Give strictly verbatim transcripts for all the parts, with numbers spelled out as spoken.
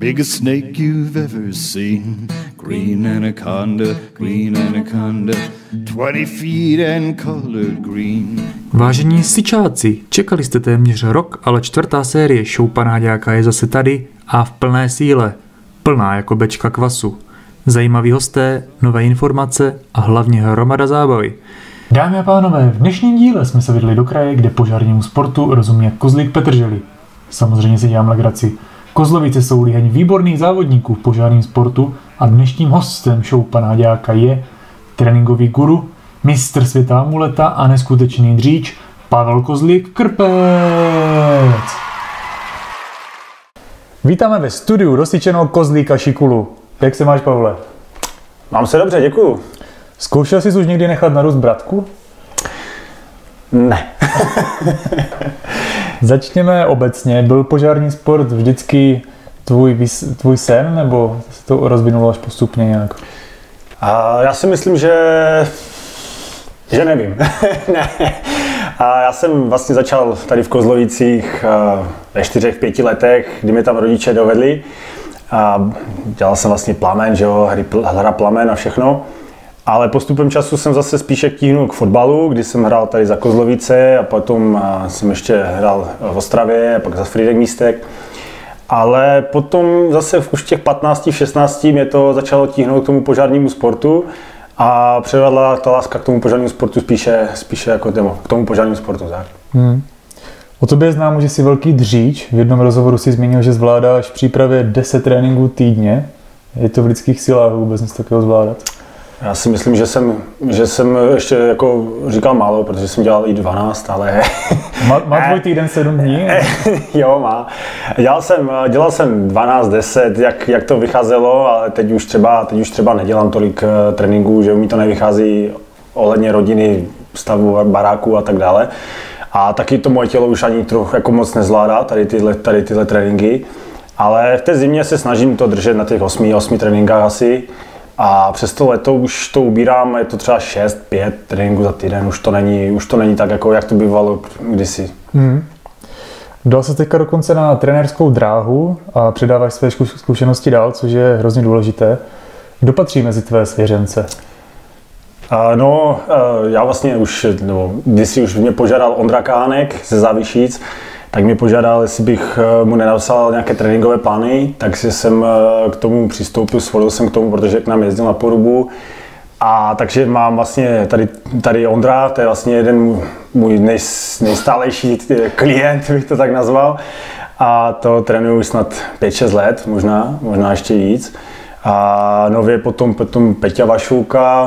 biggest snake you've ever seen. Green anaconda, green anaconda, twenty feet and colored green. Vážení sičáci, čekali jste téměř rok, ale čtvrtá série show pana Haďáka je zase tady a v plné síle. Plná jako bečka kvasu. Zajímaví hosté, nové informace a hlavně hromada zábavy. Dámy a pánové, v dnešním díle jsme se vydali do kraje, kde požárnímu sportu rozumí Kozlík Petrželi. Samozřejmě si dělám legraci. Kozlovice jsou líheň výborných závodníků v požárním sportu a dnešním hostem show pana Haďáka je tréninkový guru, mistr světa amuleta a neskutečný dříč Pavel Kozlík Krpec. Vítáme ve studiu rozsyčeného Kozlíka Šikulu. Jak se máš, Pavle? Mám se dobře, děkuju. Zkoušel jsi už někdy nechat narůst bratku? Ne. Začněme obecně. Byl požární sport vždycky tvůj, tvůj sen, nebo se to rozvinulo až postupně nějak? A já si myslím, že, že nevím. Ne. A já jsem vlastně začal tady v Kozlovicích ve čtyřech, pěti letech, kdy mě tam rodiče dovedli. A dělal jsem vlastně plamen, že jo, hra plamen a všechno. Ale postupem času jsem zase spíše tíhnul k fotbalu, kdy jsem hrál tady za Kozlovice a potom jsem ještě hrál v Ostravě a pak za Frýdek Místek. Ale potom zase už těch patnácti, šestnácti mě to začalo tíhnout k tomu požárnímu sportu a převedla ta láska k tomu požárnímu sportu spíše, spíše jako demo, k tomu požárnímu sportu. Tak. Hmm. O tobě znám, že jsi velký dříč. V jednom rozhovoru si zmínil, že zvládáš v přípravě deset tréninků týdně. Je to v lidských silách vůbec něco takového zvládat? Já si myslím, že jsem, že jsem ještě jako říkal málo, protože jsem dělal i dvanáct, ale... Má, má tvůj týden sedm dní? Jo, má. Dělal jsem, dělal jsem dvanáct, deset, jak, jak to vycházelo, ale teď už třeba, teď už třeba nedělám tolik tréninků, že mi to nevychází ohledně rodiny, stavu baráku a tak dále. A taky to moje tělo už ani trochu jako moc nezvládá, tady tyhle, tady tyhle tréninky. Ale v té zimě se snažím to držet na těch osmi, osmi tréninkách asi. A přes to leto už to ubírám, je to třeba šest, pět tréninků za týden, už to není, už to není tak, jako jak to bývalo kdysi. Hmm. Dal se teďka dokonce na trenérskou dráhu a předáváš své zkušenosti dál, což je hrozně důležité. Kdo patří mezi tvé svěřence? Uh, no, uh, já vlastně už, no, kdysi už mě požádal Ondra Kánek ze Závišíc, tak mě požádal, jestli bych mu nenapsal nějaké tréninkové plány, takže jsem k tomu přistoupil, svolil jsem k tomu, protože k nám jezdil na Porubu. A takže mám vlastně tady, tady Ondra, to je vlastně jeden můj nej, nejstálejší klient, bych to tak nazval. A to trénuju snad pět šest let, možná, možná ještě víc. A nově potom, potom Peťa Vašulka.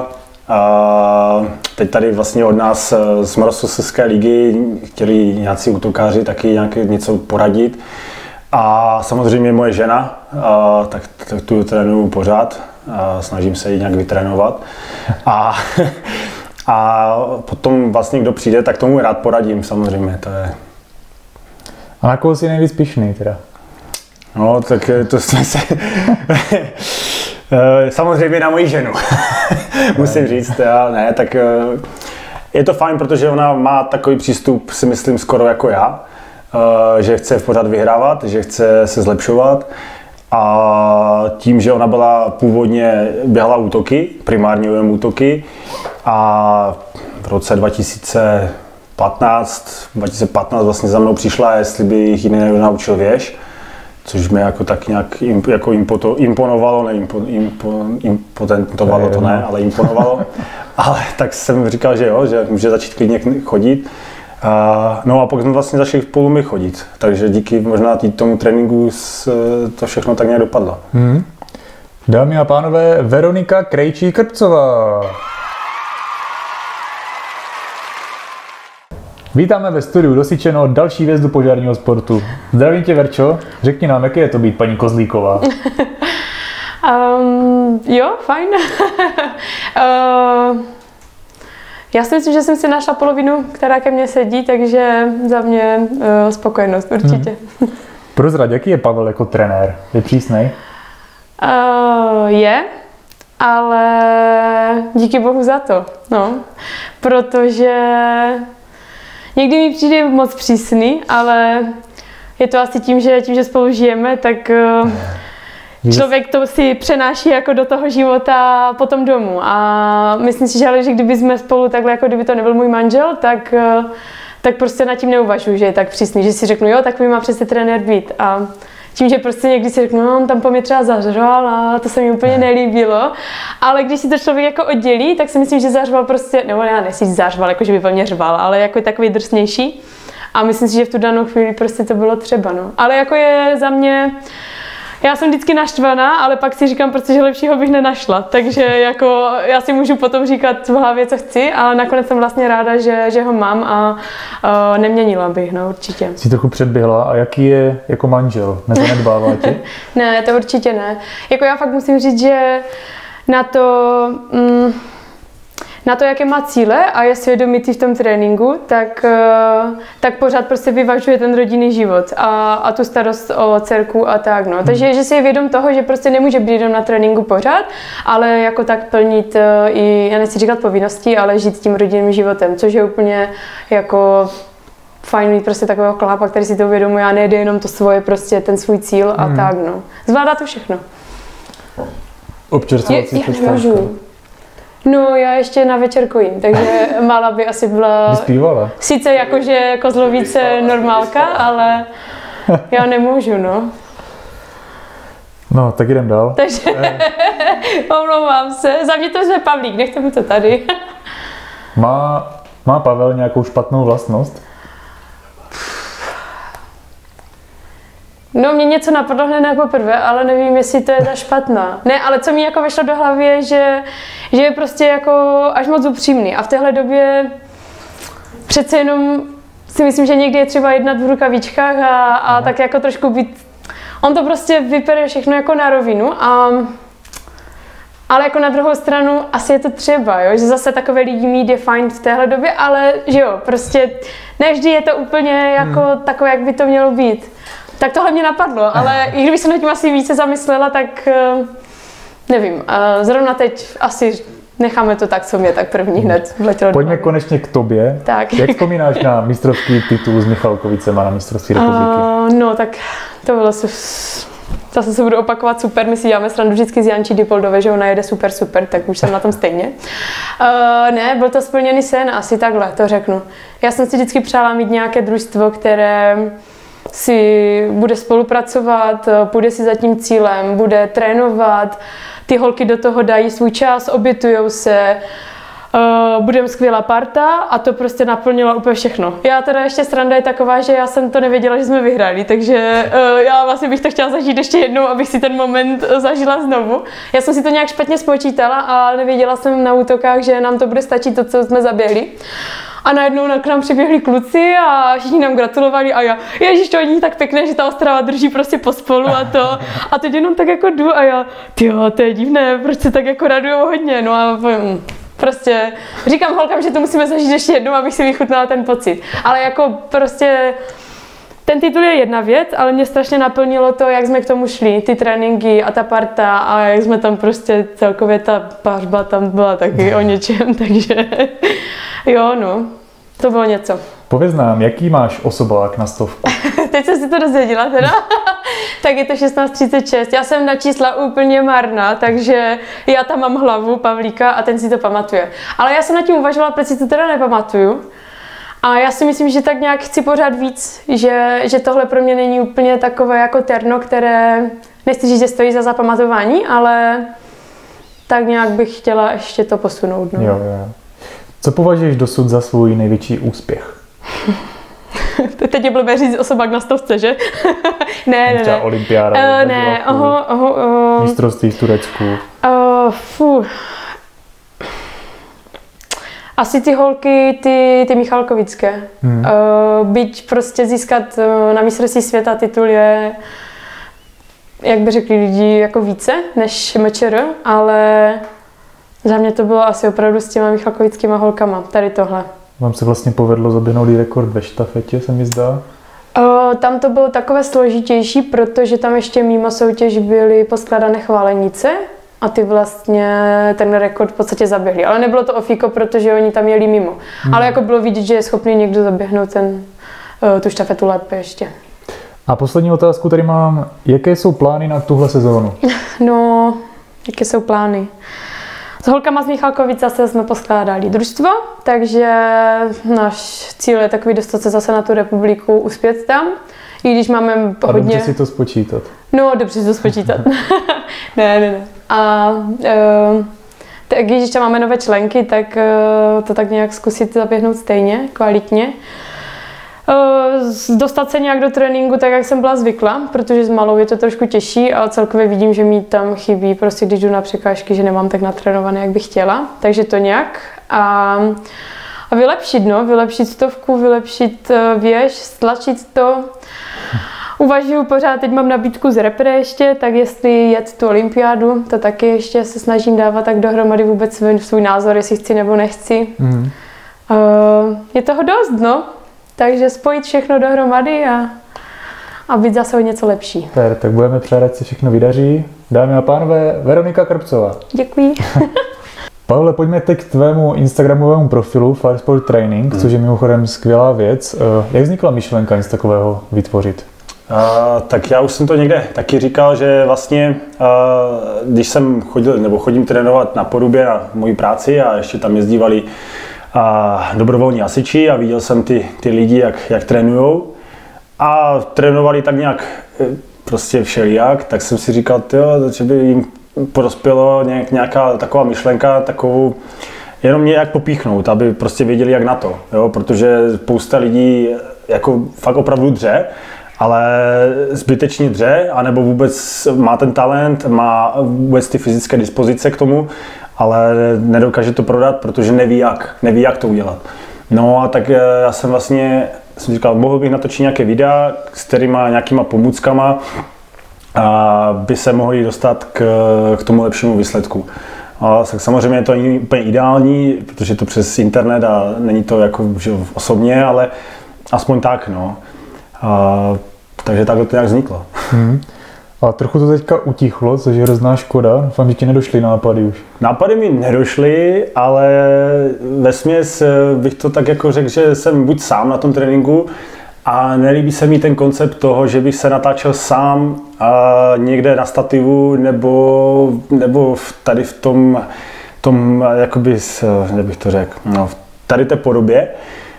A teď tady vlastně od nás z Moravskoslezské ligy chtěli nějací útokáři taky nějaké něco poradit. A samozřejmě moje žena, a tak, tak tu trénuju pořád, a snažím se ji nějak vytrénovat. A, a potom vlastně kdo přijde, tak tomu rád poradím samozřejmě. To je... A na koho jsi nejvíc pyšný teda? No, tak to jsme se... Samozřejmě na moji ženu, musím říct, já, ne, tak je to fajn, protože ona má takový přístup, si myslím, skoro jako já, že chce pořád vyhrávat, že chce se zlepšovat a tím, že ona byla původně, běhala útoky, primárně jen útoky a v roce dva tisíce patnáct vlastně za mnou přišla, jestli bych ji nenaučil věž. Což mě jako tak nějak jako imponovalo, ne impo, impo, impotentovalo to ne, ale imponovalo. Ale tak jsem říkal, že jo, že může začít klidně chodit. A, no a pak jsme vlastně začali spolu my chodit, takže díky možná tomu tréninku to všechno tak nějak dopadlo. Hmm. Dámy a pánové, Veronika Krejčí-Krpcová. Vítáme ve studiu dosyčeno další hvězdu požárního sportu. Zdravím tě, Verčo. Řekni nám, jaké je to být paní Kozlíková? um, jo, fajn. uh, já si myslím, že jsem si našla polovinu, která ke mně sedí, takže za mě uh, spokojenost určitě. Hmm. Prozrať, jaký je Pavel jako trenér? Je přísnej? Uh, je, ale díky bohu za to, no. Protože někdy mi přijde moc přísný, ale je to asi tím, že tím, že spolu žijeme, tak uh, člověk to si přenáší jako do toho života potom domů. A myslím si, že, ale, že kdyby jsme spolu takhle, jako kdyby to nebyl můj manžel, tak, tak prostě nad tím neuvažuji, že je tak přísný, že si řeknu, jo, takový má přece trenér být. A tím, že prostě někdy si řeknu, no, on tam po mě třeba zařval a to se mi úplně nelíbilo. Ale když si to člověk jako oddělí, tak si myslím, že zařval prostě, nebo já nechci zařval, jako že by po mě řval, ale jako takový drsnější. A myslím si, že v tu danou chvíli prostě to bylo třeba, no. Ale jako je za mě, já jsem vždycky naštvaná, ale pak si říkám, protože lepšího bych nenašla. Takže jako já si můžu potom říkat v hlavě, co chci, ale nakonec jsem vlastně ráda, že, že ho mám a uh, neměnila bych, no určitě. Jsi trochu předběhla a jaký je jako manžel? Nezanedbává tě? Ne, to určitě ne. Jako já fakt musím říct, že na to... Mm, na to, jaké má cíle a je svědomitý v tom tréninku, tak, tak pořád prostě vyvažuje ten rodinný život a, a tu starost o dcerku a tak. No. Takže že si je vědom toho, že prostě nemůže být jenom na tréninku pořád, ale jako tak plnit i, já nechci říkat povinnosti, ale žít tím rodinným životem, což je úplně jako fajn mít prostě takového chlápa, který si to uvědomuje a nejde jenom to svoje, prostě ten svůj cíl a hmm. tak. No. Zvládá to všechno. Občerstvovací přestávka. No, já ještě na večer kojím, takže malá by asi byla... Vyspívala. Sice jakože Kozlovice normálka, ale já nemůžu, no. No, tak jdem dál. Takže omlouvám se. Za mě to je Pavlík, nechte mu to tady. Má, má Pavel nějakou špatnou vlastnost? No, mě něco napadlo hned poprvé, ale nevím, jestli to je ta špatná. Ne, ale co mi jako vešlo do hlavy je, že, že je prostě jako až moc upřímný. A v téhle době přece jenom si myslím, že někdy je třeba jednat v rukavičkách a, a tak jako trošku být... On to prostě vypere všechno jako na rovinu a... Ale jako na druhou stranu asi je to třeba, jo? Že zase takové lidi mít je fajn v téhle době, ale že jo, prostě ne vždy je to úplně jako hmm. takové, jak by to mělo být. Tak tohle mě napadlo, ale i kdyby se nad tím asi více zamyslela, tak nevím. Zrovna teď asi necháme to tak, co mě tak první hned vletělo. Pojďme konečně k tobě. Tak. Jak vzpomínáš na mistrovský titul s Michalkovicema na mistrovství republiky? Uh, no tak to bylo se... Zase se budu opakovat super, my si děláme srandu vždycky z Jančí Dipoldové, že ona jede super, super, tak už jsem na tom stejně. Uh, ne, byl to splněný sen, asi takhle, to řeknu. Já jsem si vždycky přála mít nějaké družstvo, které si bude spolupracovat, půjde si za tím cílem, bude trénovat, ty holky do toho dají svůj čas, obětujou se, uh, budeme skvělá parta a to prostě naplnilo úplně všechno. Já teda ještě sranda je taková, že já jsem to nevěděla, že jsme vyhráli, takže uh, já vlastně bych to chtěla zažít ještě jednou, abych si ten moment zažila znovu. Já jsem si to nějak špatně spočítala a nevěděla jsem na útokách, že nám to bude stačit to, co jsme zaběhli. A najednou k nám přiběhli kluci a všichni nám gratulovali a já, ježiš, to není tak pěkné, že ta Ostrava drží prostě pospolu a to. A teď jenom tak jako jdu a já, tyjo, to je divné, proč se tak jako radujou hodně, no a prostě říkám holkám, že to musíme zažít ještě jednou, abych si vychutnala ten pocit. Ale jako prostě ten titul je jedna věc, ale mě strašně naplnilo to, jak jsme k tomu šli, ty tréninky a ta parta a jak jsme tam prostě celkově ta pařba tam byla taky o něčem, takže jo, no, to bylo něco. Pověz nám, jaký máš osobák na stovku? Teď jsem si to dozvěděla teda. Tak je to šestnáct třicet šest. Já jsem na čísla úplně marná, takže já tam mám hlavu Pavlíka a ten si to pamatuje. Ale já jsem nad tím uvažovala, proč si to teda nepamatuju. A já si myslím, že tak nějak chci pořád víc, že, že tohle pro mě není úplně takové jako terno, které nechci říct, že stojí za zapamatování, ale tak nějak bych chtěla ještě to posunout. No. Jo, jo. Co považuješ dosud za svůj největší úspěch? Teď je blbé říct osobák na stovce, že? ne, ne, Třeba ne. olympiáda. Uh, ne, oho, oho, uh, mistrovství v Turecku. Uh, fuh. Asi ty holky, ty, ty Michalkovické. Hmm. Uh, byť prostě získat uh, na mistrovství světa titul je, jak by řekli lidi, jako více než M Č R, ale za mě to bylo asi opravdu s těma Michalkovickýma holkama, tady tohle. Vám se vlastně povedlo zaběhnout rekord ve štafetě, se mi zdá? Uh, tam to bylo takové složitější, protože tam ještě mimo soutěž byly poskladané chválenice a ty vlastně ten rekord v podstatě zaběhli. Ale nebylo to ofíko, protože oni tam jeli mimo. Hmm. Ale jako bylo vidět, že je schopný někdo zaběhnout ten, uh, tu štafetu lépe ještě. A poslední otázku tady mám. Jaké jsou plány na tuhle sezónu? No, jaké jsou plány? S holkama z Michalkovic zase jsme poskládali družstvo, takže náš cíl je takový dostat se zase na tu republiku, uspět tam. I když máme A hodně... dobře si to spočítat. No, dobře si to spočítat. ne, ne, ne. A uh, tak když ještě máme nové členky, tak uh, to tak nějak zkusit zaběhnout stejně, kvalitně. Uh, dostat se nějak do tréninku tak, jak jsem byla zvykla, protože s malou je to trošku těžší a celkově vidím, že mi tam chybí, prostě když jdu na překážky, že nemám tak natrénované, jak bych chtěla. Takže to nějak. A, a vylepšit, no, vylepšit stovku, vylepšit uh, věž, stlačit to. Uvažuju pořád, teď mám nabídku z repre ještě, tak jestli jet tu olympiádu, to taky ještě se snažím dávat tak dohromady vůbec svůj, svůj názor, jestli chci nebo nechci. Mm. Uh, je toho dost, no. Takže spojit všechno dohromady a, a být zase o něco lepší. Per, tak budeme přát, ať se všechno vydaří. Dámy a pánové, Veronika Krpcová. Děkuji. Pavle, pojďme teď k tvému instagramovému profilu Fire Sport Training, hmm. což je mimochodem skvělá věc. Jak vznikla myšlenka něco takového vytvořit? Uh, tak já už jsem to někde taky říkal, že vlastně, uh, když jsem chodil, nebo chodím trénovat na Porubě na mojí práci a ještě tam jezdívali a dobrovolní hasiči a viděl jsem ty, ty lidi, jak, jak trénujou a trénovali tak nějak prostě všelijak, tak jsem si říkal, tyjo, že by jim prospělo nějak, nějaká taková myšlenka, takovou jenom nějak popíchnout, aby prostě věděli, jak na to, jo? Protože spousta lidí jako fakt opravdu dře, ale zbytečně dře, anebo vůbec má ten talent, má vůbec ty fyzické dispozice k tomu, ale nedokáže to prodat, protože neví jak, neví jak to udělat. No a tak já jsem vlastně, jsem říkal, mohl bych natočit nějaké videa, s kterýma nějakýma pomůckama a by se mohli dostat k, k tomu lepšímu výsledku. A tak samozřejmě to není úplně ideální, protože je to přes internet a není to jako že osobně, ale aspoň tak, no. A, takže takhle to nějak vzniklo. Hmm. A trochu to teďka utichlo, což je hrozná škoda. Doufám, že ti nedošly nápady už. Nápady mi nedošly, ale vesměs bych to tak jako řekl, že jsem buď sám na tom tréninku a nelíbí se mi ten koncept toho, že bych se natáčel sám a někde na stativu nebo, nebo tady v tom, tom jakoby, jak bych to řekl, no, v tady té podobě.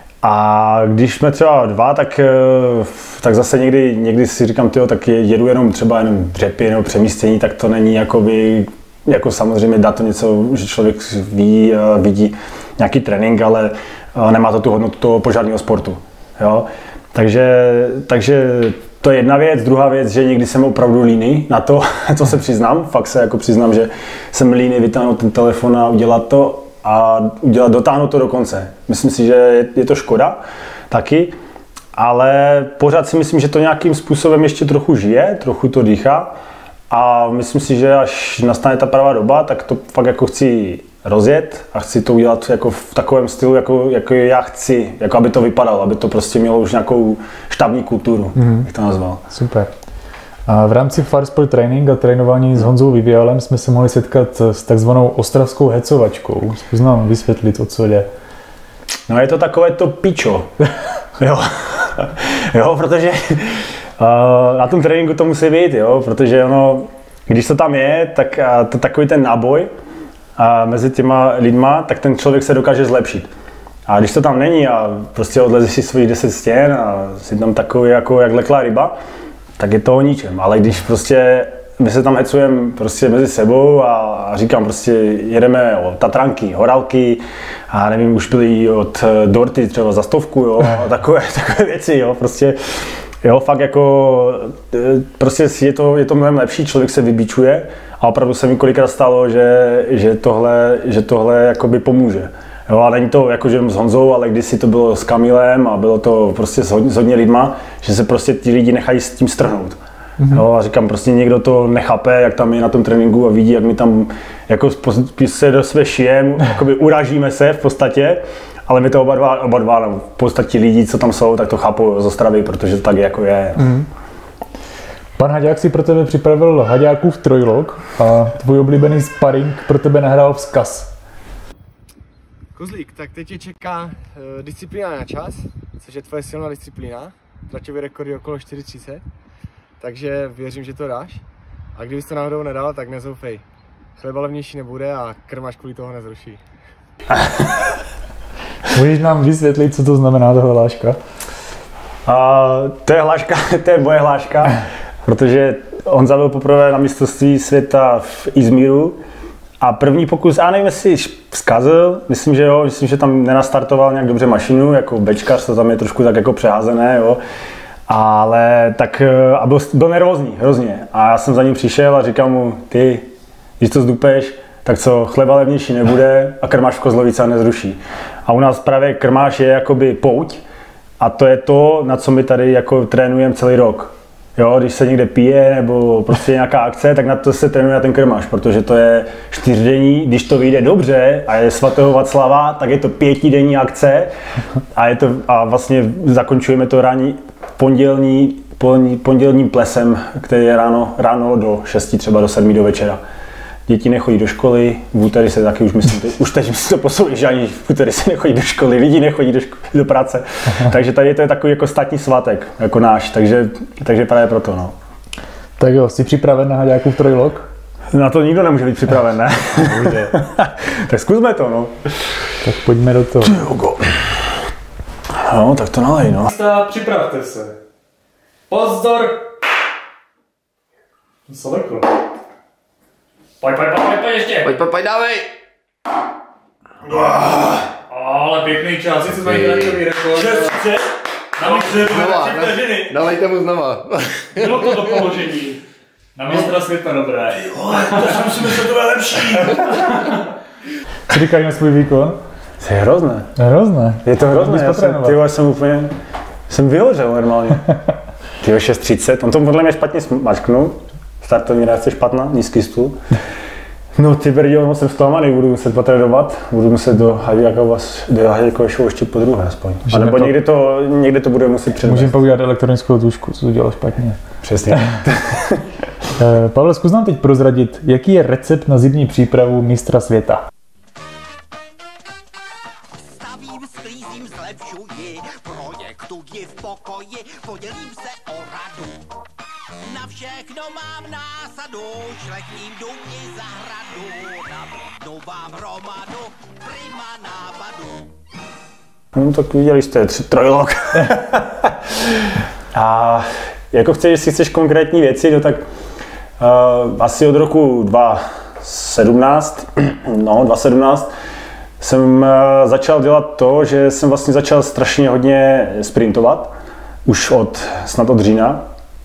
A když jsme třeba dva, tak, tak zase někdy, někdy si říkám, tyjo, tak jedu jenom třeba jenom dřepy nebo přemístění, tak to není jakoby, jako samozřejmě dá to něco, že člověk ví, vidí nějaký trénink, ale nemá to tu hodnotu toho požárního sportu. Jo? Takže, takže to je jedna věc. Druhá věc, že někdy jsem opravdu líný na to, co se přiznám. Fakt se jako přiznám, že jsem líný vytáhnout ten telefon a udělat to. A udělat, dotáhnout to do konce. Myslím si, že je to škoda taky, ale pořád si myslím, že to nějakým způsobem ještě trochu žije, trochu to dýchá a myslím si, že až nastane ta pravá doba, tak to fakt jako chci rozjet a chci to udělat jako v takovém stylu, jako, jako já chci, jako aby to vypadalo, aby to prostě mělo už nějakou štábní kulturu, mm-hmm. jak to nazval. Super. A v rámci Fire Sport Training a trénování s Honzou Vyvialem jsme se mohli setkat s takzvanou ostravskou hecovačkou. Zkus nám vysvětlit, o co jde. No je to takové to pičo. jo. jo, protože uh, na tom tréninku to musí být, jo, protože ono, když to tam je, tak uh, to takový ten náboj uh, mezi těma lidma, tak ten člověk se dokáže zlepšit. A když to tam není a prostě odlezeš si svých deset stěn a si tam takový jako jak leklá ryba, tak je to o ničem, ale když prostě my se tam hecujeme prostě mezi sebou a, a říkám prostě jedeme o Tatranky, Horálky a nevím, už byli od Dorty třeba za stovku, jo, a takové, takové věci, jo, prostě jo, fakt jako prostě je to, je to mnohem lepší, člověk se vybíčuje a opravdu se mi kolikrát stalo, že, že tohle, že tohle jakoby pomůže. Jo, a není to jako že s Honzou, ale kdysi to bylo s Kamilem a bylo to prostě s hodně, s hodně lidma, že se prostě ti lidi nechají s tím strhnout. Mm-hmm. Jo, a říkám, prostě někdo to nechápe, jak tam je na tom tréninku a vidí, jak my tam jako se do své šijem, jakoby uražíme se v podstatě, ale my to oba dva, oba dva no, v podstatě lidi, co tam jsou, tak to chápou z Ostravy, protože to tak jako je. Mm-hmm. Pan Haďák si pro tebe připravil Haďákův trojlog a tvůj oblíbený sparring pro tebe nahrál vzkaz. Kozlík, tak teď tě čeká uh, disciplína na čas, což je tvoje silná disciplína. traťový rekordy okolo čtyři třicet, takže věřím, že to dáš. A kdybys to náhodou nedal, tak nezoufej. Chleba levnější nebude a krmač kvůli toho nezruší. Můžeš nám vysvětlit, co to znamená tahle hláška? Uh, to je hláška, to je moje hláška, protože on zabil poprvé na mistrovství světa v Izmíru a první pokus, já nevím, jestli vzkazil, myslím, že jo, myslím, že tam nenastartoval nějak dobře mašinu, jako bečkař, to tam je trošku tak jako přeházené, jo. Ale tak, a byl, byl nervózní, hrozně. A já jsem za ním přišel a říkal mu, ty, když to zdupeš, tak co, chleba levnější nebude a krmáš v Kozlovice nezruší. A u nás právě krmáš je jakoby pouť a to je to, na co my tady jako trénujeme celý rok. Jo, když se někde pije nebo prostě nějaká akce, tak na to se trénuje na ten krmáš, protože to je čtyřdenní, když to vyjde dobře a je svatého Václava, tak je to pětidenní akce a, je to, a vlastně zakončujeme to ranní pondělní, pondělním plesem, který je ráno, ráno do šesti, třeba do sedmi do večera. Děti nechodí do školy, v úterý se taky už myslím, teď, už teď si to posouví, že ani v úterý se nechodí do školy, lidi nechodí do, školy, do práce. Takže tady to je takový jako státní svátek, jako náš, takže, takže právě proto, no. Tak jo, jsi připraven na Haďákův trojlog? Na to nikdo nemůže být připraven, ne? Tak zkusme to, no. Tak pojďme do toho. No, tak to nalej, no. Připravte se. Pozdor! Co leklo? Pojď, pojď, pojď, pojď ještě! Pojď, pojď, pojď, dávej! Ale pěkný čas, co mají traťový rekord. Znova, dávejte mu znova. Bylo to do položení. Na mistra světa dobré. To si myslím, že to je lepší. Co říkáš na svůj výkon? To je hrozné. Je hrozné. Je to hrozné, já jsem, tyhle, jsem úplně, jsem vyhořel normálně. Tyhle šest třicet, on to podle mě špatně mačknul. Startovní reakce špatná, nízký stůl. No ty brďo, jsem zklamaný, budu muset potrénovat, budu muset do Haďákova show ještě po druhé aspoň. A nebo někdy to, někdy to bude muset předvést. Můžeme použít elektronickou tušku, co to dělal špatně. Přesně. Pavle, zkus nám teď prozradit, jaký je recept na zimní přípravu mistra světa. Stavím, sklízím, zlepšuji, projektuji v pokoji, podělím se o radu. Na všechno mám násadu, šlechtím dům i zahradu, nabídnu vám hromadu, prima nápadu. No tak viděli jste, tři, trojlog. A jako chceš, jestli chceš konkrétní věci, no tak uh, asi od roku dva tisíce sedmnáct, no dva tisíce sedmnáct, jsem uh, začal dělat to, že jsem vlastně začal strašně hodně sprintovat, už od, snad od října.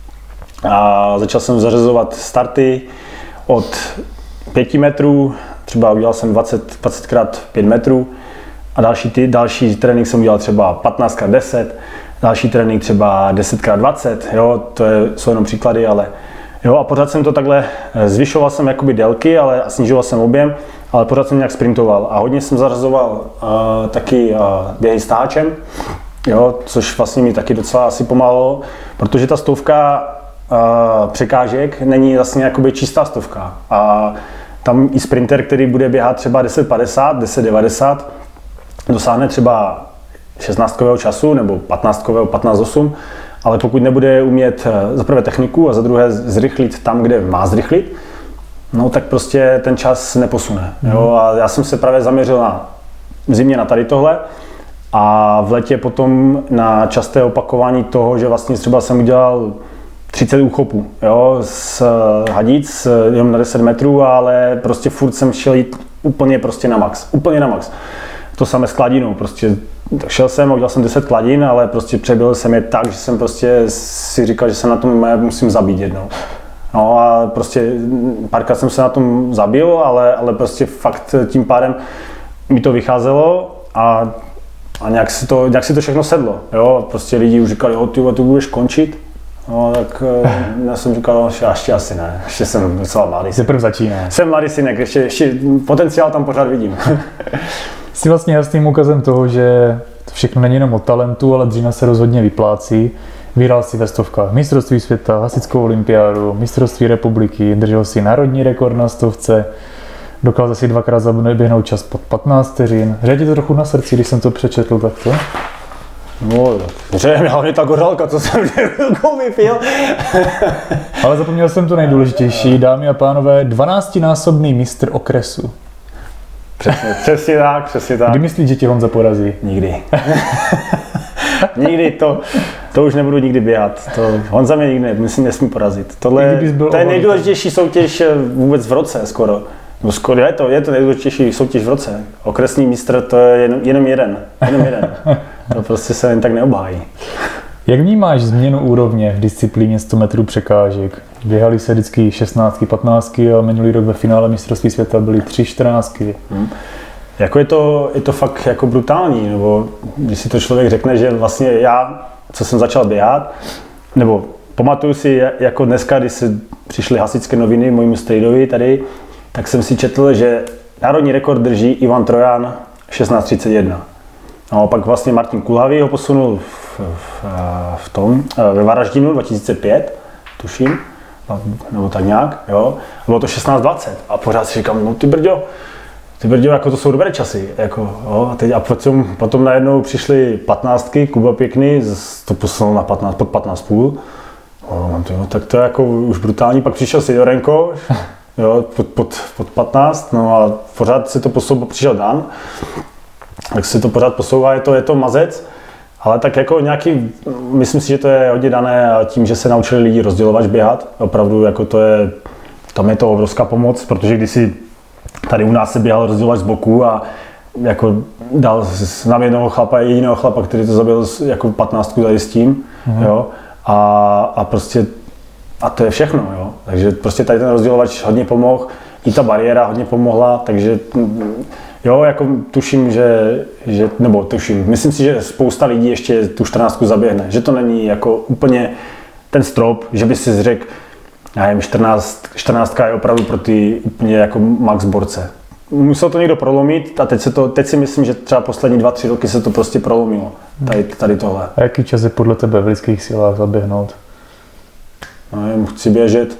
A začal jsem zařazovat starty od pěti metrů, třeba udělal jsem dvacet, dvacet krát pět metrů a další, ty, další trénink jsem udělal třeba patnáct krát deset, další trénink třeba deset krát dvacet, jo, to je, jsou jenom příklady, ale jo, a pořád jsem to takhle, zvyšoval jsem jakoby délky, ale a snižoval jsem objem, ale pořád jsem nějak sprintoval a hodně jsem zařazoval uh, taky uh, běhy s táčem, jo, což vlastně mi taky docela asi pomáhalo, protože ta stovka Uh, překážek není vlastně jakoby čistá stovka a tam i sprinter, který bude běhat třeba deset padesát, deset devadesát, dosáhne třeba šestnáctkového času nebo patnáctkového, patnáct osm, ale pokud nebude umět za prvé techniku a za druhé zrychlit tam, kde má zrychlit, no tak prostě ten čas neposune. Mm. Jo? A já jsem se právě zaměřil na v zimě na tady tohle a v létě potom na časté opakování toho, že vlastně třeba jsem udělal třicet úchopů, jo, z hadic, jenom na deset metrů, ale prostě furt jsem šel jít úplně prostě na max, úplně na max. To samé s kladinou, prostě tak šel jsem a udělal jsem deset kladin, ale prostě přebyl jsem je tak, že jsem prostě si říkal, že se na tom musím zabít jednou. No a prostě párkrát jsem se na tom zabil, ale, ale prostě fakt tím pádem mi to vycházelo a, a nějak, si to, nějak si to všechno sedlo, jo, prostě lidi už říkali, jo, ty tu budeš končit. No, tak já jsem říkal, že ještě asi ne, ještě jsem docela mladý. Jsi prv začíná. Jsem mladý synek, ještě, ještě potenciál tam pořád vidím. Jsi vlastně jasným ukazem toho, že to všechno není jenom o talentu, ale dřína se rozhodně vyplácí. Vyhrál si ve stovkách mistrovství světa, hasičskou olympiádu, mistrovství republiky, držel si národní rekord na stovce, dokázal si dvakrát zaběhnout čas pod patnáct vteřin. Že ti to trochu na srdci, když jsem to přečetl takto? No, že mě hlavně ta gořálka, co jsem rukou vypil. Ale zapomněl jsem to nejdůležitější, dámy a pánové, dvanáctinásobný mistr okresu. Přesně, přesně tak, přesně tak. Kdy myslíš, že tě Honza porazí? Nikdy. Nikdy, to, to už nebudu nikdy běhat. To, Honza mě nikdy myslím, nesmí porazit. Tohle to je nejdůležitější soutěž vůbec v roce skoro. No skoro je to, je to nejdůležitější soutěž v roce. Okresní mistr to je jen, jenom jeden. Jenom jeden. To prostě se jen tak neobhájí. Jak vnímáš změnu úrovně v disciplíně sto metrů překážek? Běhali se vždycky šestnáctky, patnáctky a minulý rok ve finále mistrovství světa byly tři čtrnáctky. Hmm. Jako je to, je to fakt jako brutální, nebo když si to člověk řekne, že vlastně já, co jsem začal běhat, nebo pamatuju si jako dneska, když se přišly hasičské noviny mojímu strejdovi tady, tak jsem si četl, že národní rekord drží Ivan Trojan šestnáct třicet jedna. No, pak vlastně Martin Kulhavý ho posunul v, v, v tom, ve Varaždinu dva tisíce pět, tuším, nebo tak nějak, jo. Bylo to šestnáct dvacet a pořád si říkám, no ty brďo, ty brďo, jako to jsou dobré časy, jako, jo. A, teď, a potom, potom najednou přišly patnáctky, Kuba Pěkný, to posunul na patnáct, pod patnáct půl. No, to, tak to je jako už brutální, pak přišel Sidorenko, jo, pod, pod, pod patnáct, no a pořád se to posouvá, přišel Dan, tak se to pořád posouvá, je to, je to mazec, ale tak jako nějaký, myslím si, že to je hodně dané tím, že se naučili lidi rozdělovat, běhat, opravdu jako to je, tam je to obrovská pomoc, protože když si tady u nás se běhal rozdělovat z boku a jako dal nám jednoho chlapa, jediného chlapa, který to zabil jako patnáctku tady s tím, mm-hmm. jo, a, a prostě a to je všechno, jo. Takže prostě tady ten rozdělovač hodně pomohl, i ta bariéra hodně pomohla, takže jo, jako tuším, že, že, nebo tuším, myslím si, že spousta lidí ještě tu čtrnáctku zaběhne, že to není jako úplně ten strop, že by si řekl, já nevím, čtrnáct, čtrnáctka je opravdu pro ty úplně jako max borce. Musel to někdo prolomit a teď, se to, teď si myslím, že třeba poslední dva, tři roky se to prostě prolomilo, tady, tady tohle. A jaký čas je podle tebe v lidských silách zaběhnout? No, nevím, chci běžet.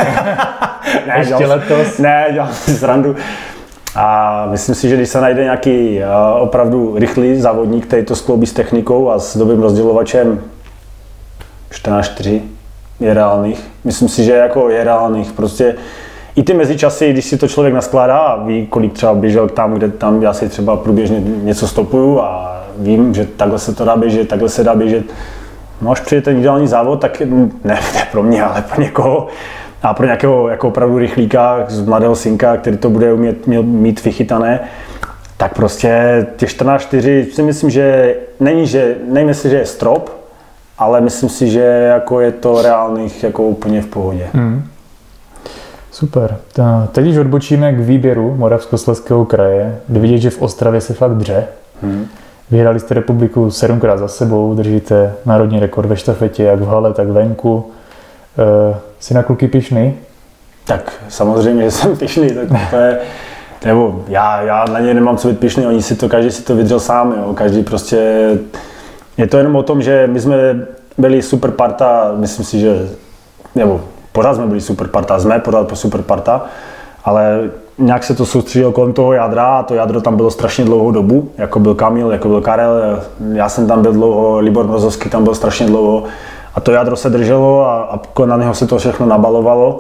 ne, ještě dělal, letos? Ne, dělám si srandu. A myslím si, že když se najde nějaký uh, opravdu rychlý závodník, který to skloubí s technikou a s dobrým rozdělovačem, čtrnáct čtyři je reálných. Myslím si, že jako je reálných. Prostě i ty mezičasy, když si to člověk naskládá a ví, kolik třeba běžel tam, kde tam já si třeba průběžně něco stopuju a vím, že takhle se to dá běžet, takhle se dá běžet. No až přijde ten ideální závod, tak ne, ne pro mě, ale pro někoho. A pro nějakého jako opravdu rychlíka z mladého synka, který to bude umět mít vychytané, tak prostě těch čtrnáct čtyři si myslím, že není, že nevím, že je strop, ale myslím si, že jako je to reálných jako úplně v pohodě. Hmm. Super. Teď už odbočíme k výběru Moravskoslezského kraje, kde vidět, že v Ostravě se fakt dře. Hmm. Vyhráli jste republiku sedmkrát za sebou, držíte národní rekord ve štafetě, jak v hale, tak venku. E, jsi na kluky pyšný? Tak samozřejmě, že jsem pyšný, tak to je, nebo já, já na ně nemám co být pyšný, oni si to, každý si to vydřel sám, jo. Každý prostě, je to jenom o tom, že my jsme byli super parta, myslím si, že, nebo pořád jsme byli super parta, jsme pořád po super parta, ale nějak se to soustředilo kolem toho jádra a to jádro tam bylo strašně dlouhou dobu, jako byl Kamil, jako byl Karel, já jsem tam byl dlouho, Libor Mrozovský tam byl strašně dlouho a to jádro se drželo a, a na něho se to všechno nabalovalo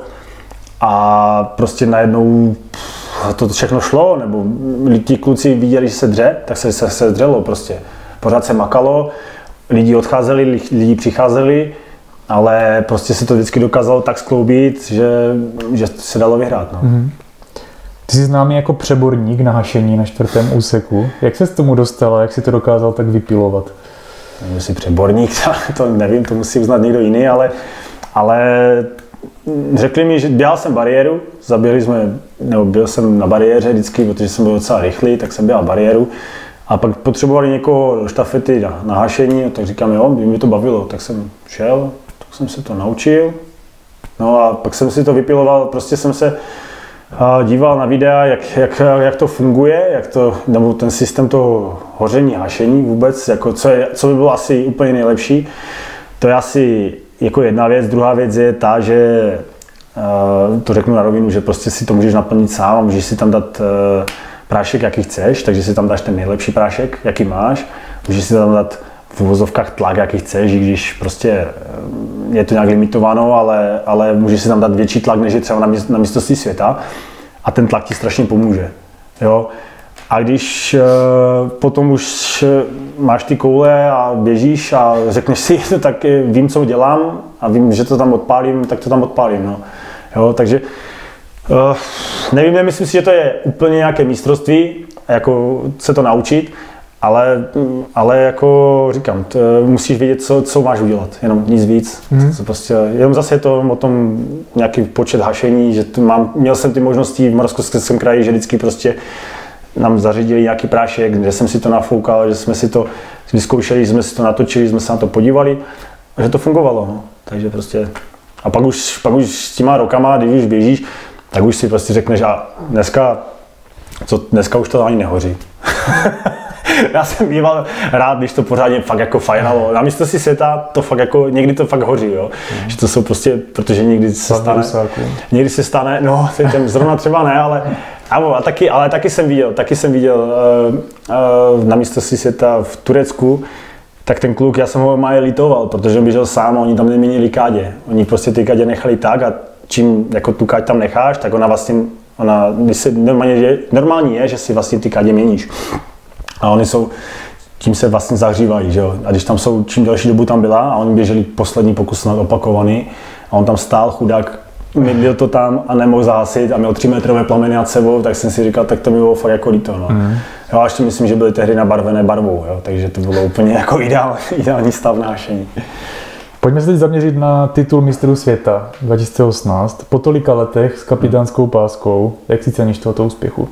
a prostě najednou to všechno šlo, nebo ti kluci viděli, že se dře, tak se, se, se dřelo prostě. Pořád se makalo, lidi odcházeli, lidi přicházeli, ale prostě se to vždycky dokázalo tak skloubit, že, že se dalo vyhrát. No. Mm-hmm. Ty jsi známý jako přeborník na hašení na čtvrtém úseku. Jak se s tomu dostal a jak si to dokázal tak vypilovat? Nevím, jestli přeborník, to nevím, to musí uznat někdo jiný, ale, ale řekli mi, že běhal jsem bariéru, zaběhli jsme, nebo byl jsem na bariéře vždycky, protože jsem byl docela rychlý, tak jsem běhal bariéru. A pak potřebovali někoho do štafety na, na hašení, tak říkám, jo, by mi to bavilo, tak jsem šel, tak jsem se to naučil. No a pak jsem si to vypiloval, prostě jsem se díval na videa, jak, jak, jak to funguje, jak to, nebo ten systém toho hoření, hašení vůbec, jako co, je, co by bylo asi úplně nejlepší. To je asi jako jedna věc. Druhá věc je ta, že to řeknu na rovinu, že prostě si to můžeš naplnit sám a můžeš si tam dát prášek, jaký chceš, takže si tam dáš ten nejlepší prášek, jaký máš. Můžeš si tam dát v uvozovkách tlak, jaký chceš, i když prostě je to nějak limitováno, ale, ale můžeš si tam dát větší tlak, než je třeba na, měst, na mistrovství světa a ten tlak ti strašně pomůže. Jo? A když uh, potom už máš ty koule a běžíš a řekneš si, tak vím, co dělám a vím, že to tam odpálím, tak to tam odpálím. No. Jo? Takže uh, nevím, nemyslím si, že to je úplně nějaké mistrovství, jako se to naučit, ale, ale jako říkám, to, musíš vědět, co, co máš udělat, jenom nic víc. Mm. To prostě, jenom zase je to o tom nějaký počet hašení, že mám, měl jsem ty možnosti v Moravskoslezském kraji, že vždycky prostě nám zařídili nějaký prášek, kde jsem si to nafoukal, že jsme si to vyzkoušeli, jsme si to natočili, jsme se na to podívali a že to fungovalo. No. Takže prostě, a pak už, pak už s těma rokama, když už běžíš, tak už si prostě řekneš, a dneska, co, dneska už to ani nehoří. Já jsem býval rád, když to pořádně fakt jako fajnalo. Na mistrovství světa to fakt jako, někdy to fakt hoří, jo. Mm. Že to jsou prostě, protože někdy se stane, někdy se stane, no, ten zrovna třeba ne, ale, a taky, ale taky jsem viděl, taky jsem viděl uh, uh, na mistrovství světa v Turecku, tak ten kluk, já jsem ho máje litoval, protože on běžel sám a oni tam neměnili kádě. Oni prostě ty kádě nechali tak a čím jako tu káď tam necháš, tak ona vlastně, ona, když se normálně, je, normální je, že si vlastně ty kádě měníš. A oni jsou, tím se vlastně zahřívají, že jo. A když tam jsou, čím další dobu tam byla a oni běželi poslední pokus snad opakovaný a on tam stál, chudák, mydlil to tam a nemohl zahasit a měl tři metrové plameny nad sebou, tak jsem si říkal, tak to mi bylo fakt jako líto, no. Mm. Jo, a ještě myslím, že byly tehdy nabarvené barvou, jo, takže to bylo úplně jako ideál, ideální stav nášení. Pojďme se teď zaměřit na titul mistrů světa dva tisíce osmnáct. Po tolika letech s kapitánskou páskou, jak si ceníš tohoto úspěchu?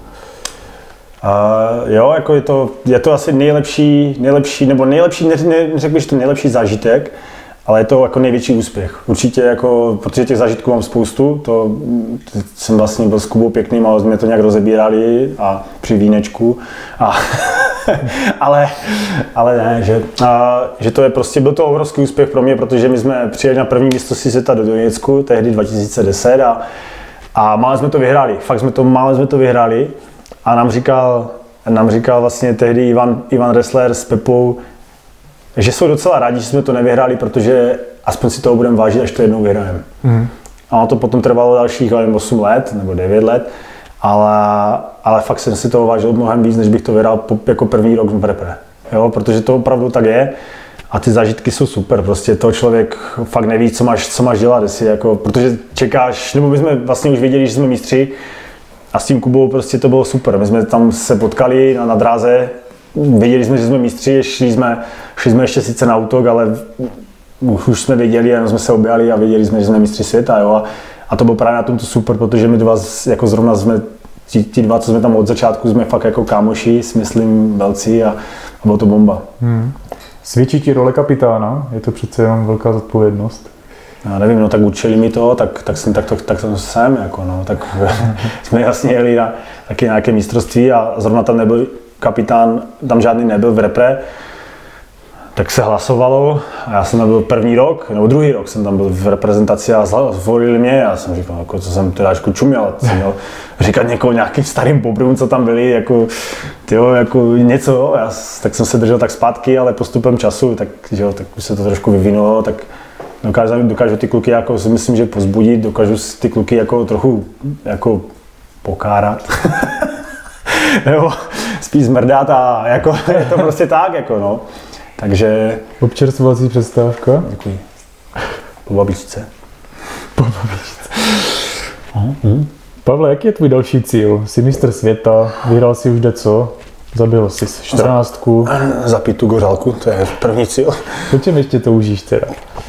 Uh, jo, jako je to, je to asi nejlepší, nejlepší, nebo nejlepší, neřekl bych, že to nejlepší zážitek, ale je to jako největší úspěch. Určitě jako, protože těch zážitků mám spoustu, to jsem vlastně byl s Kubou Pěkným a jsme to nějak rozebírali a při vínečku, a ale, ale ne, že, a, že to je prostě, byl to obrovský úspěch pro mě, protože my jsme přijeli na první mistrovství světa do Doněcku, tehdy dva tisíce deset a, a mále jsme to vyhráli, fakt jsme to, mále jsme to vyhráli. A nám říkal, nám říkal vlastně tehdy Ivan, Ivan Ressler s Pepou, že jsou docela rádi, že jsme to nevyhráli, protože aspoň si toho budeme vážit, až to jednou vyhrajeme. Mm. A ono to potom trvalo dalších osm let nebo devět let, ale, ale fakt jsem si toho vážil mnohem víc, než bych to vyhrál jako první rok v repre. Jo, protože to opravdu tak je a ty zážitky jsou super, prostě to člověk fakt neví, co máš, co máš dělat, jestli jako, protože čekáš, nebo my jsme vlastně už věděli, že jsme mistři, a s tím Kubou prostě to bylo super. My jsme tam se potkali na, na dráze, věděli jsme, že jsme mistři, šli jsme, šli jsme ještě sice na útok, ale už jsme věděli, jenom jsme se objali a věděli jsme, že jsme mistři světa. Jo? A, a to bylo právě na tom to super, protože my dva, jako zrovna jsme, ti, ti dva, co jsme tam od začátku, jsme fakt jako kámoši, s myslím velcí a, a bylo to bomba. Hmm. Svědčí ti role kapitána? Je to přece jenom velká zodpovědnost. Já nevím, no tak učili mi to, tak, tak jsem tak, tak, tak jsem, jako no, tak jsme vlastně jeli na taky nějaké mistrovství a zrovna tam nebyl kapitán, tam žádný nebyl v repre, tak se hlasovalo a já jsem tam byl první rok, nebo druhý rok jsem tam byl v reprezentaci a zvolili mě a já jsem říkal, jako, co jsem teda jako čuměl, jsem měl říkat někoho nějakým starým pobrům, co tam byli, jako, tyjo, jako něco, já, tak jsem se držel tak zpátky, ale postupem času, tak, jo, tak už se to trošku vyvinulo, tak Dokážu, dokážu ty kluky jako si myslím, že pozbudit, dokážu ty kluky jako trochu jako pokárat. Nebo spíš zmrdat a jako je to prostě tak jako no. Takže... Občerstvovací přestávka. Děkuji. Po babičce. Po babičce. Uh-huh. Pavle, jaký je tvůj další cíl? Jsi mistr světa, vyhrál si už deco, zabil jsi čtrnáctku. Za, zapít tu gořálku, to je první cíl. Po čem ještě toužíš teda?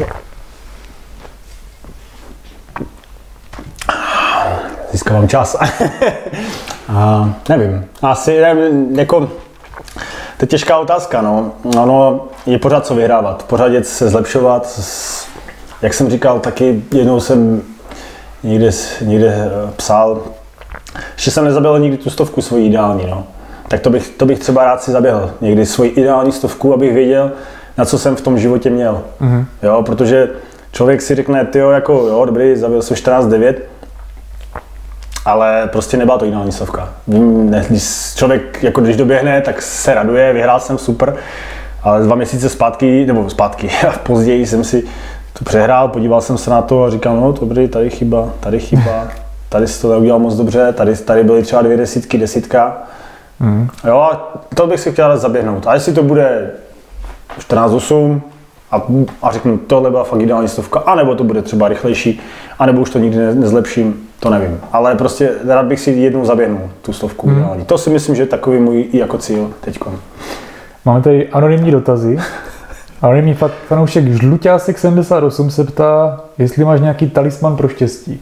Získávám čas. A, nevím, asi nevím, jako, to je těžká otázka, no. Ono je pořád co vyhrávat, pořád je se zlepšovat. Jak jsem říkal, taky jednou jsem někde, někde psal, že jsem nezabil nikdy tu stovku svoji ideální, no. Tak to bych, to bych třeba rád si zaběhl, někdy svoji ideální stovku, abych věděl, na co jsem v tom životě měl. Mm-hmm. Jo, protože člověk si řekne, tyjo, jako jo, dobrý, zabil jsem čtrnáct devět, ale prostě nebyla to ideální stovka. Ne, když člověk, jako když doběhne, tak se raduje, vyhrál jsem super, Ale dva měsíce zpátky, nebo zpátky, později jsem si to přehrál, podíval jsem se na to a říkal, no dobrý, tady chyba, tady chyba, tady si to neudělal moc dobře, tady, tady byly třeba dvě desítky, desítka. Mm. Jo, a to bych si chtěl zaběhnout. A jestli to bude čtrnáct osm a, a řeknu, tohle byla fakt ideální stovka, anebo to bude třeba rychlejší, anebo už to nikdy ne, nezlepším, to nevím. Ale prostě rád bych si jednou zaběhnul tu stovku mm. ideální. To si myslím, že je takový můj i jako cíl teďko. Máme tady anonymní dotazy. Anonymní fanoušek Žluťásek sedmdesát osm se ptá, jestli máš nějaký talisman pro štěstí.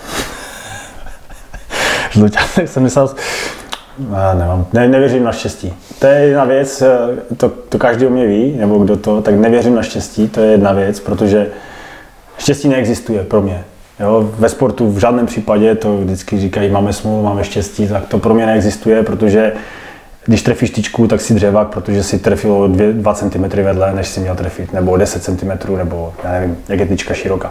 Žluťásek sedmdesát osm... Já nemám, ne, nevěřím na štěstí. To je jedna věc, to, to každý o mě ví, nebo kdo to, tak nevěřím na štěstí, to je jedna věc, protože štěstí neexistuje pro mě. Jo, ve sportu v žádném případě, to vždycky říkají, máme smůlu, máme štěstí, tak to pro mě neexistuje, protože když trefíš tyčku, tak si dřevák, protože si trefilo dva centimetry vedle, než si měl trefit, nebo deset centimetrů, nebo já nevím, jak je tyčka široká.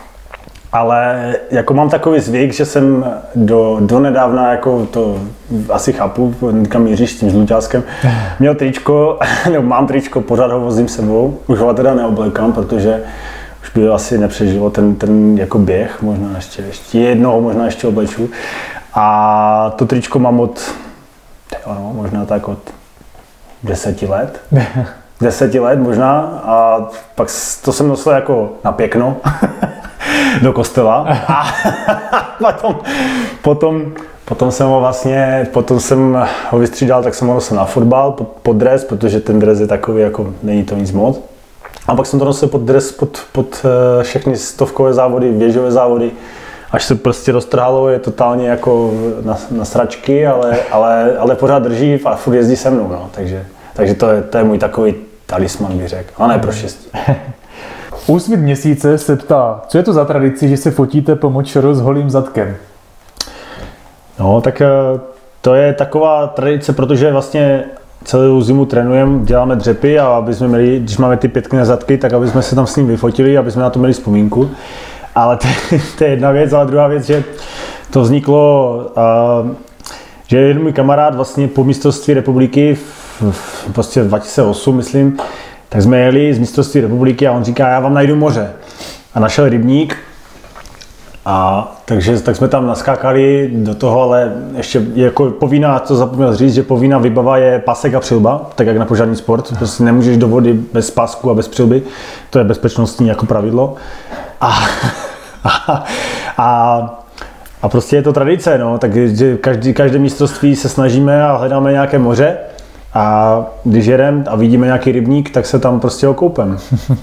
Ale jako mám takový zvyk, že jsem do, do nedávna, jako to asi chápu, kam míříš s tím žluťáskem, měl tričko, nebo mám tričko, pořád ho vozím sebou, už ho teda neoblékám, protože už by asi nepřežilo ten, ten jako běh, možná ještě, ještě jednoho možná ještě obleču. A to tričko mám od, ano, možná tak od deseti let. Deseti let možná a pak to jsem nosil jako na pěkno do kostela a potom, potom, potom jsem ho vlastně, potom jsem ho vystřídal, tak jsem ho nosil na fotbal pod, pod dres, protože ten dres je takový, jako není to nic moc. A pak jsem to nosil pod dres, pod, pod všechny stovkové závody, věžové závody, až se prostě roztrhalo, je totálně jako na, na sračky, ale, ale, ale pořád drží a furt jezdí se mnou, no, takže, takže to, je, to je můj takový talisman, bych řekl, a ne pro štěstí. Úsvit měsíce se ptá, co je to za tradici, že se fotíte po močoru s holým zadkem? No, tak to je taková tradice, protože vlastně celou zimu trénujeme, děláme dřepy a aby jsme měli, když máme ty pětkné zadky, tak aby jsme se tam s ním vyfotili, aby jsme na to měli vzpomínku. Ale to, to je jedna věc, ale druhá věc, že to vzniklo, uh, že jeden můj kamarád vlastně po mistrovství republiky v, v, prostě v dva tisíce osm, myslím, tak jsme jeli z mistrovství republiky a on říká, já vám najdu moře. A našel rybník. A takže tak jsme tam naskákali do toho, ale ještě jako povinná, to zapomněl říct, že povinná výbava je pasek a přilba, tak jak na požární sport. Prostě nemůžeš do vody bez pásku a bez přilby, to je bezpečnostní jako pravidlo. A, a, a, a prostě je to tradice, no, takže každý, každé mistrovství se snažíme a hledáme nějaké moře. A když jedeme a vidíme nějaký rybník, tak se tam prostě okoupem.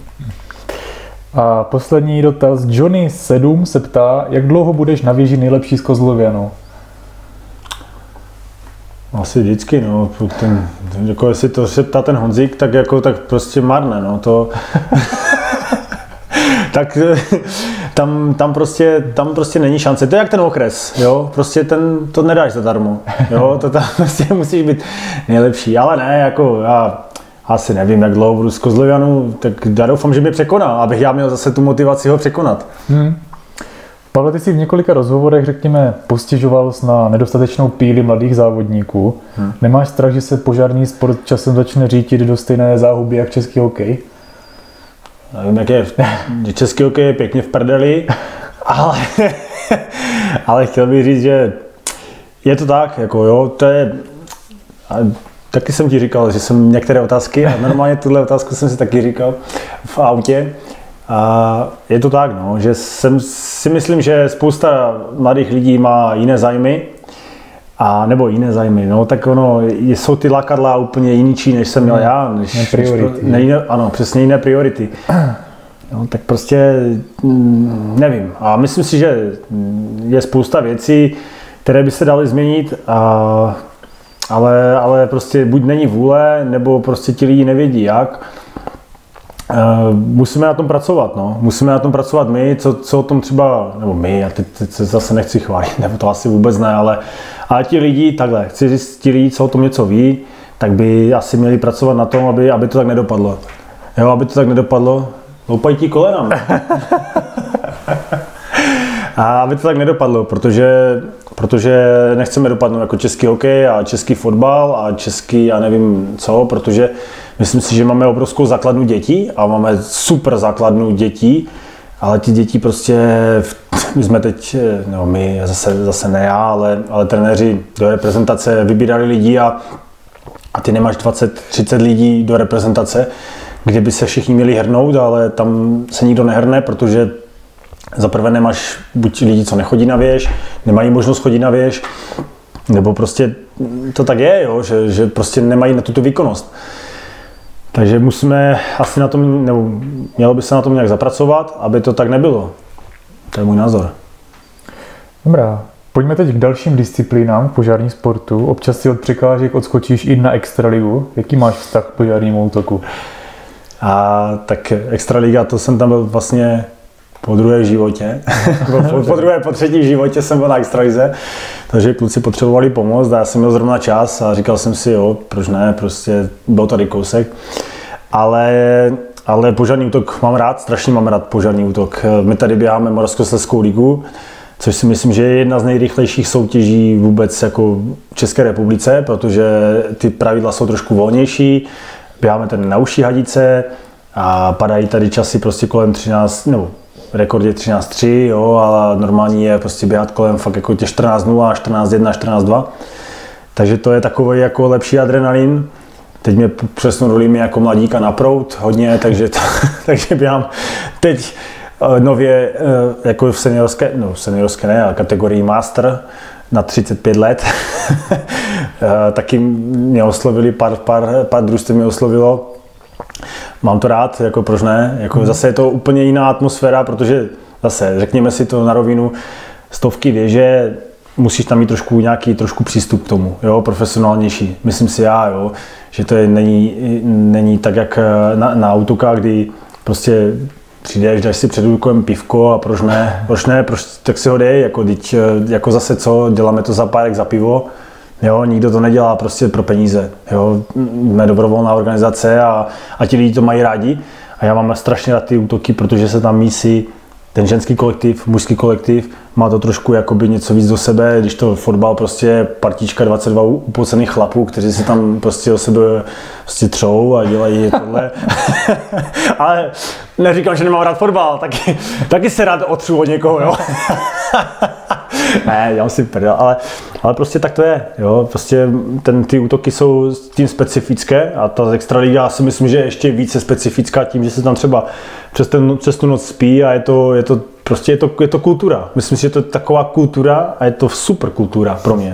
A poslední dotaz. Johnny sedm se ptá, jak dlouho budeš na věži nejlepší z Kozlověnu? Asi vždycky, no. Ten, jako jestli to se ptá ten Honzík, tak jako tak prostě marné, no. To... tak tam, tam, prostě, tam prostě není šance. To je jak ten okres, jo. Prostě ten, to nedáš zadarmo, jo. To tam prostě musíš být nejlepší, ale ne, jako já asi nevím, jak dlouho budu z Kozlověnu, tak já doufám, že mě překoná, abych já měl zase tu motivaci ho překonat. Hmm. Pavle, ty jsi v několika rozhovorech, řekněme, postěžoval na nedostatečnou píli mladých závodníků. Hmm. Nemáš strach, že se požární sport časem začne řítit do stejné záhuby jak český hokej? Nevím, jak je. Český hokej je pěkně v prdeli, ale, ale chtěl bych říct, že je to tak, jako jo, to je... Taky jsem ti říkal, že jsem některé otázky, a normálně tuhle otázku jsem si taky říkal v autě. A je to tak, no, že jsem si myslím, že spousta mladých lidí má jiné zájmy, a nebo jiné zájmy, no, tak ono, jsou ty lákadla úplně jiný, než jsem měl já. Než, priority. Než, ne, ano, přesně jiné priority. No, tak prostě nevím. A myslím si, že je spousta věcí, které by se daly změnit, a Ale, ale prostě buď není vůle, nebo prostě ti lidi nevědí jak. E, musíme na tom pracovat, no. Musíme na tom pracovat my, co, co o tom třeba, nebo my, já teď, teď se zase nechci chválit, nebo to asi vůbec ne, ale, ale ti lidi, takhle, chci říct, ti lidi, co o tom něco ví, tak by asi měli pracovat na tom, aby, aby to tak nedopadlo. Jo, aby to tak nedopadlo, loupají ti kolenám. A aby to tak nedopadlo, protože, protože nechceme dopadnout jako český hokej a český fotbal a český, já nevím co, protože myslím si, že máme obrovskou základnu dětí a máme super základnu dětí, ale ty děti prostě, my jsme teď, no my, zase, zase ne já, ale, ale trenéři do reprezentace vybírali lidi a, a ty nemáš dvacet třicet lidí do reprezentace, kde by se všichni měli hrnout, ale tam se nikdo nehrne, protože za prvé nemáš buď lidi, co nechodí na věž, nemají možnost chodit na věž, nebo prostě to tak je, jo, že, že prostě nemají na tuto výkonnost. Takže musíme asi na tom, nebo mělo by se na tom nějak zapracovat, aby to tak nebylo. To je můj názor. Dobrá, pojďme teď k dalším disciplínám v požárním sportu. Občas si od překážek odskočíš i na extraligu. Jaký máš vztah k požárnímu útoku? A tak extraliga, to jsem tam byl vlastně po druhé v životě. po, po druhé, po třetí v životě jsem byl na extralize, takže kluci potřebovali pomoc a já jsem měl zrovna čas a říkal jsem si, jo, proč ne, prostě byl tady kousek. Ale, ale požární útok mám rád, strašně mám rád požární útok. My tady běháme Moravskoslezskou ligu, což si myslím, že je jedna z nejrychlejších soutěží vůbec jako v České republice, protože ty pravidla jsou trošku volnější. Běháme tady na užší hadice a padají tady časy prostě kolem třináct, nebo rekord je třináct tři, jo, ale normální je prostě běhat kolem fakt jako těch čtrnáct nula, čtrnáct jedna, čtrnáct dva. Takže to je takový jako lepší adrenalin. Teď mě přesunuli mi jako mladíka na proud hodně, takže, to, takže běhám teď nově jako v seniorské, no seniorské ne, ale kategorii master na třicet pět let. Taky mě oslovili, pár, pár, pár družstev mě oslovilo. Mám to rád, jako proč ne, jako mm. zase je to úplně jiná atmosféra, protože zase, řekněme si to na rovinu, stovky věže, musíš tam mít trošku nějaký trošku přístup k tomu, jo, profesionálnější. Myslím si já, jo, že to je, není, není tak, jak na, na autokách, kdy prostě přijdeš, dáš si před úkolem pivko a proč ne, proč ne, proč, tak si ho dej, jako, teď, jako zase co, děláme to za párek za pivo. Jo, nikdo to nedělá prostě pro peníze. Jo. Jsme dobrovolná organizace a, a ti lidi to mají rádi. A já mám strašně rád ty útoky, protože se tam mísí ten ženský kolektiv, mužský kolektiv. Má to trošku jakoby něco víc do sebe, když to fotbal prostě partička dvacet dva upocených chlapů, kteří se tam prostě o sebe prostě třou a dělají tohle. Ale neříkám, že nemám rád fotbal, taky, taky se rád otřu od někoho, jo. Ne, dělám si prdel, ale, ale prostě tak to je, jo, prostě ten, ty útoky jsou tím specifické a ta extraliga si myslím, že je ještě více specifická tím, že se tam třeba přes, ten, přes tu noc spí a je to, je to prostě je to, je to kultura. Myslím si, že to je taková kultura a je to super kultura pro mě.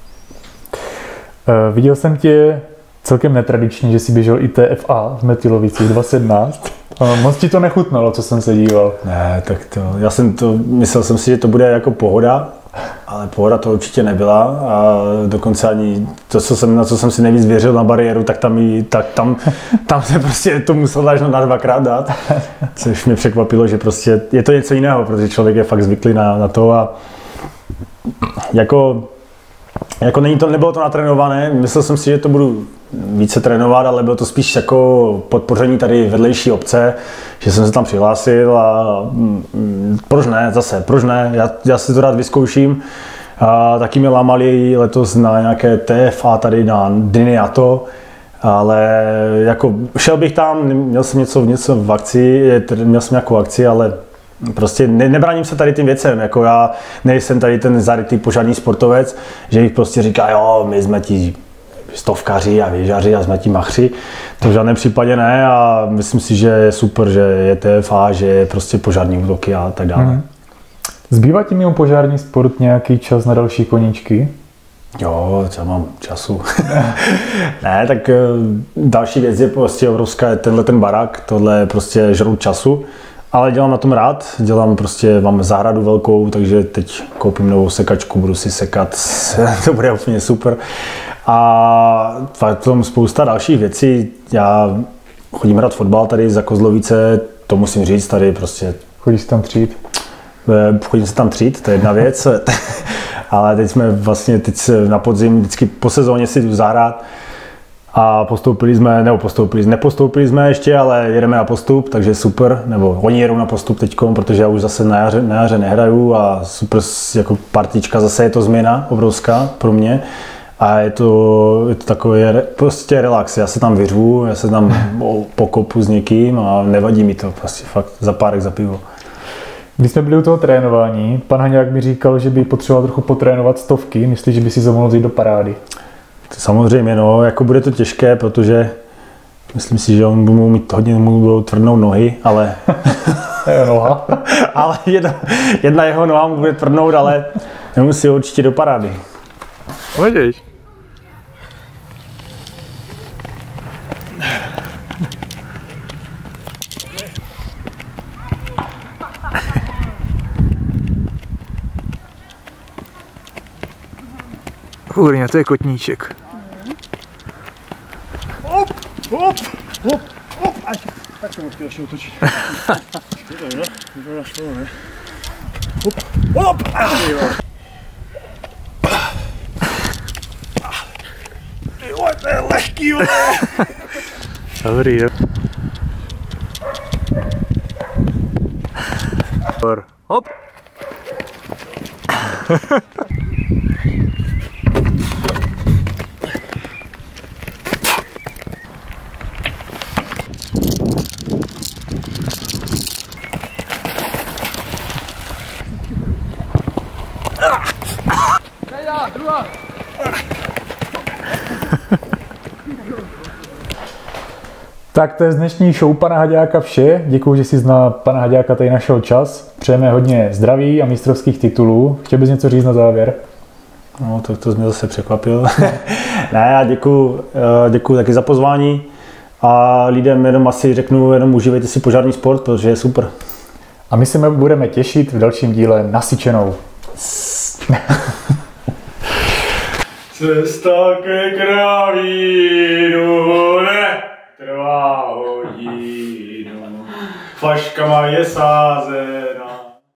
Uh, viděl jsem tě celkem netradičně, že jsi běžel i T F A v Metylovicích dva tisíce sedmnáct. Uh, moc ti to nechutnalo, co jsem se díval. Ne, tak to, já jsem to, myslel jsem si, že to bude jako pohoda, ale pohoda to určitě nebyla a dokonce ani to, co jsem, na co jsem si nejvíc věřil na bariéru, tak tam, jí, tak tam, tam se prostě to musel až na dvakrát dát, což mě překvapilo, že prostě je to něco jiného, protože člověk je fakt zvyklý na, na to a jako, jako není to, nebylo to natrénované, myslel jsem si, že to budu více trénovat, ale bylo to spíš jako podpoření tady vedlejší obce, že jsem se tam přihlásil a mm, proč ne, zase, proč ne, já, já si to rád vyzkouším. A taky mě lámali letos na nějaké T F A tady na Dny a to, ale jako šel bych tam, měl jsem něco, něco v akci, měl jsem nějakou akci, ale prostě ne, nebráním se tady tím věcem, jako já nejsem tady ten zarytý požární sportovec, že jich prostě říká, jo, my jsme ti stovkaři a věžaři a jsme ti machři. To v žádném případě ne a myslím si, že je super, že je T F A, že je prostě požární útoky a tak dále. Hmm. Zbývá ti mimo požární sport nějaký čas na další koníčky? Jo, já mám času. Ne, tak další věc je prostě obrovská, tenhle ten barák, tohle je prostě žrout času. Ale dělám na tom rád, dělám prostě, mám zahradu velkou, takže teď koupím novou sekačku, budu si sekat, to bude úplně super. A potom spousta dalších věcí, já chodím hrát fotbal tady za Kozlovice, to musím říct, tady prostě. Chodíš tam třít? Chodím se tam třít, to je jedna věc, ale teď jsme vlastně teď na podzim vždycky po sezóně si jdu zahrát A postoupili jsme, nebo postoupili, nepostoupili jsme ještě, ale jedeme na postup, takže super, nebo oni jedou na postup teďkom, protože já už zase na jaře, na jaře nehraju a super, jako partička, zase je to změna obrovská pro mě. A je to, je to takový prostě relax, já se tam vyřvu, já se tam pokopu s někým a nevadí mi to, prostě fakt za párek za pivo. Když jsme byli u toho trénování, pan Haňák mi říkal, že by potřeboval trochu potrénovat stovky, myslíš, že by si to mohl vzít do parády? Samozřejmě, no, jako bude to těžké, protože myslím si, že on bude mít hodně, mu budou tvrdnout nohy, ale... noha. ale jedna, jedna jeho noha mu bude tvrdnout, ale nemusí určitě do parády. Pojď. Kurňa, to je kotníček. Hop, hop, hop, hop, ať, tak jsem chtěl ještě otočit. Počkej, ne? To našlo, ne? Hop, hop, jo, to je lehký, jo. Dobrý, jo. Hop. Tak to je z dnešní show pana Haďáka vše. Děkuji, že jsi na pana Haďáka tady našel čas. Přejeme hodně zdraví a mistrovských titulů. Chtěl bys něco říct na závěr? No, to, to jsi mě zase překvapil. Ne, já děkuji, děkuji taky za pozvání a lidem jenom asi řeknu, jenom užívejte si požární sport, protože je super. A my se budeme těšit v dalším díle Nasyčenou. Cesta ke kravínu netrvá hodinu, flaškama je sázena.